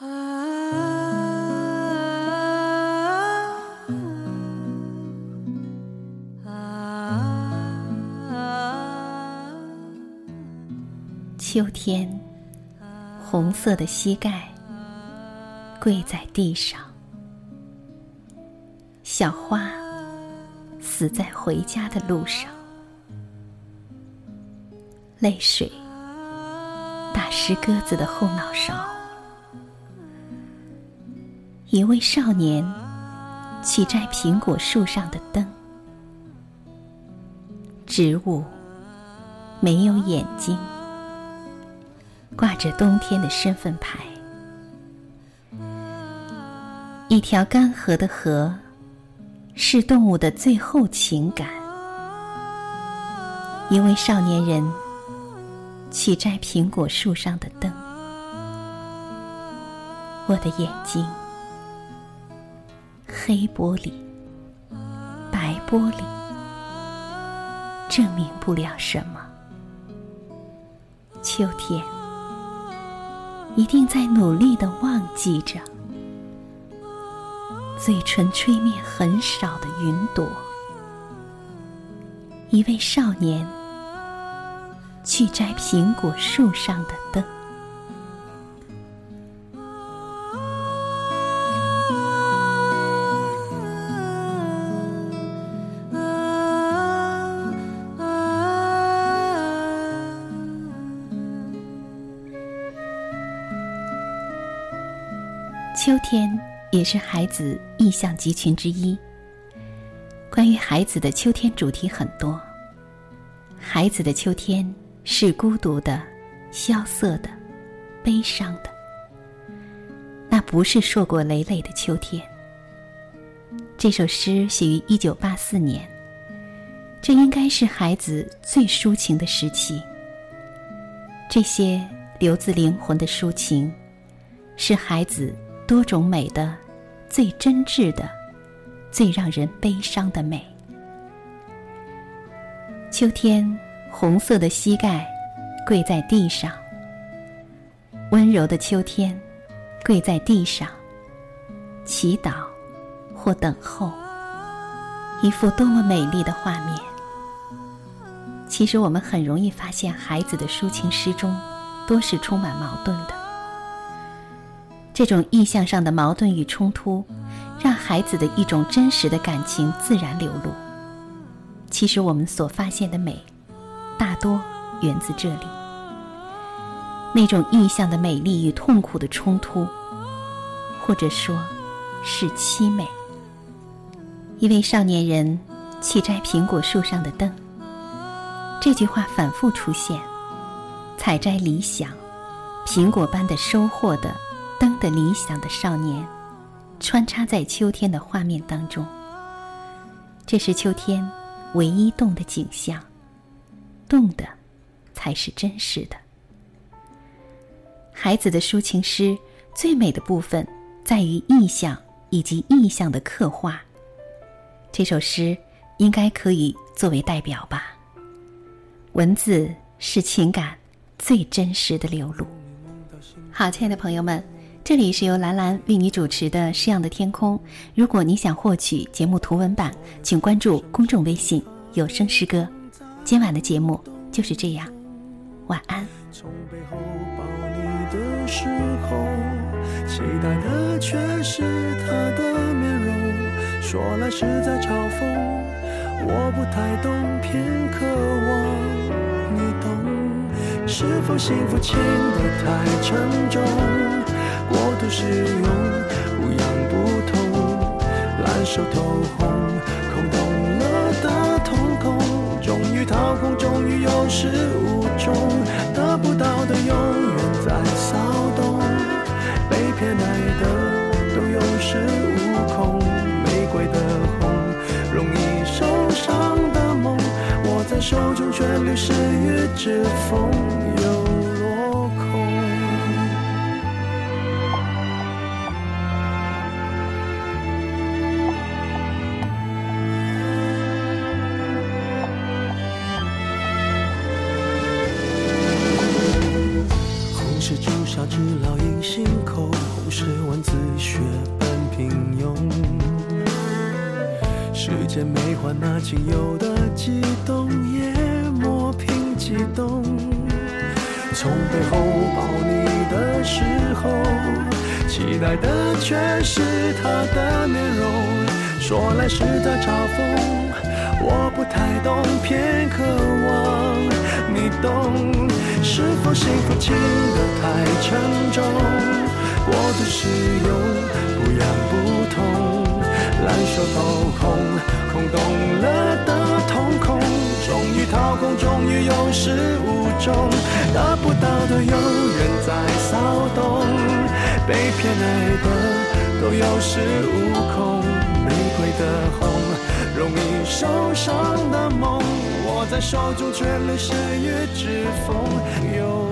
秋天，红色的膝盖跪在地上，小花死在回家的路上，泪水打湿鸽子的后脑勺。一位少年去摘苹果树上的灯，植物没有眼睛，挂着冬天的身份牌。一条干涸的河是动物的最后情感。一位少年人去摘苹果树上的灯，我的眼睛，黑玻璃，白玻璃，证明不了什么。秋天一定在努力地忘记着，嘴唇吹灭很少的云朵。一位少年去摘苹果树上的灯。秋天也是孩子意象集群之一。关于孩子的秋天主题很多。孩子的秋天是孤独的、萧瑟的、悲伤的，那不是硕果累累的秋天。这首诗写于1984年，这应该是孩子最抒情的时期。这些流自灵魂的抒情，是孩子多种美的最真挚的、最让人悲伤的美。秋天，红色的膝盖跪在地上，温柔的秋天，跪在地上，祈祷或等候，一幅多么美丽的画面。其实我们很容易发现，孩子的抒情诗中多是充满矛盾的。这种意象上的矛盾与冲突，让孩子的一种真实的感情自然流露。其实我们所发现的美，大多源自这里。那种意象的美丽与痛苦的冲突，或者说是凄美。一位少年人去摘苹果树上的灯，这句话反复出现。采摘理想，苹果般的收获的灯的理想的少年，穿插在秋天的画面当中。这是秋天唯一动的景象，动的才是真实的。孩子的抒情诗最美的部分在于意象以及意象的刻画。这首诗应该可以作为代表吧。文字是情感最真实的流露。好，亲爱的朋友们，这里是由兰兰为你主持的《诗样的天空》。如果你想获取节目图文版，请关注公众微信有声诗歌。今晚的节目就是这样，晚安。 从背后抱你的时候，期待的却是他的面容，说来是在嘲讽，我不太懂，偏渴望你懂。是否幸福轻得太沉重，过度使用不痒不痛，烂熟透红，空洞了的瞳孔，终于掏空，终于有始无终，得不到的永远在骚动，被偏爱的都有恃无恐，玫瑰的红，容易受伤的梦，握在手中却流失于指缝，又落空。红是朱砂痣烙印心口，红是文字血般平庸。时间没还那仅有的悸动，也磨平激动。从背后抱你的时候，期待的却是他的面容。说来是在嘲讽，我不太懂，偏渴望你懂。是否幸福轻得太沉重，过度使用不痒不痛，烂熟透空，空洞了的瞳孔，终于掏空，终于有始无终，得不到的永远在骚动，被偏爱的都有恃无恐，玫瑰的红，容易受伤的梦，握在手中却流失于指缝。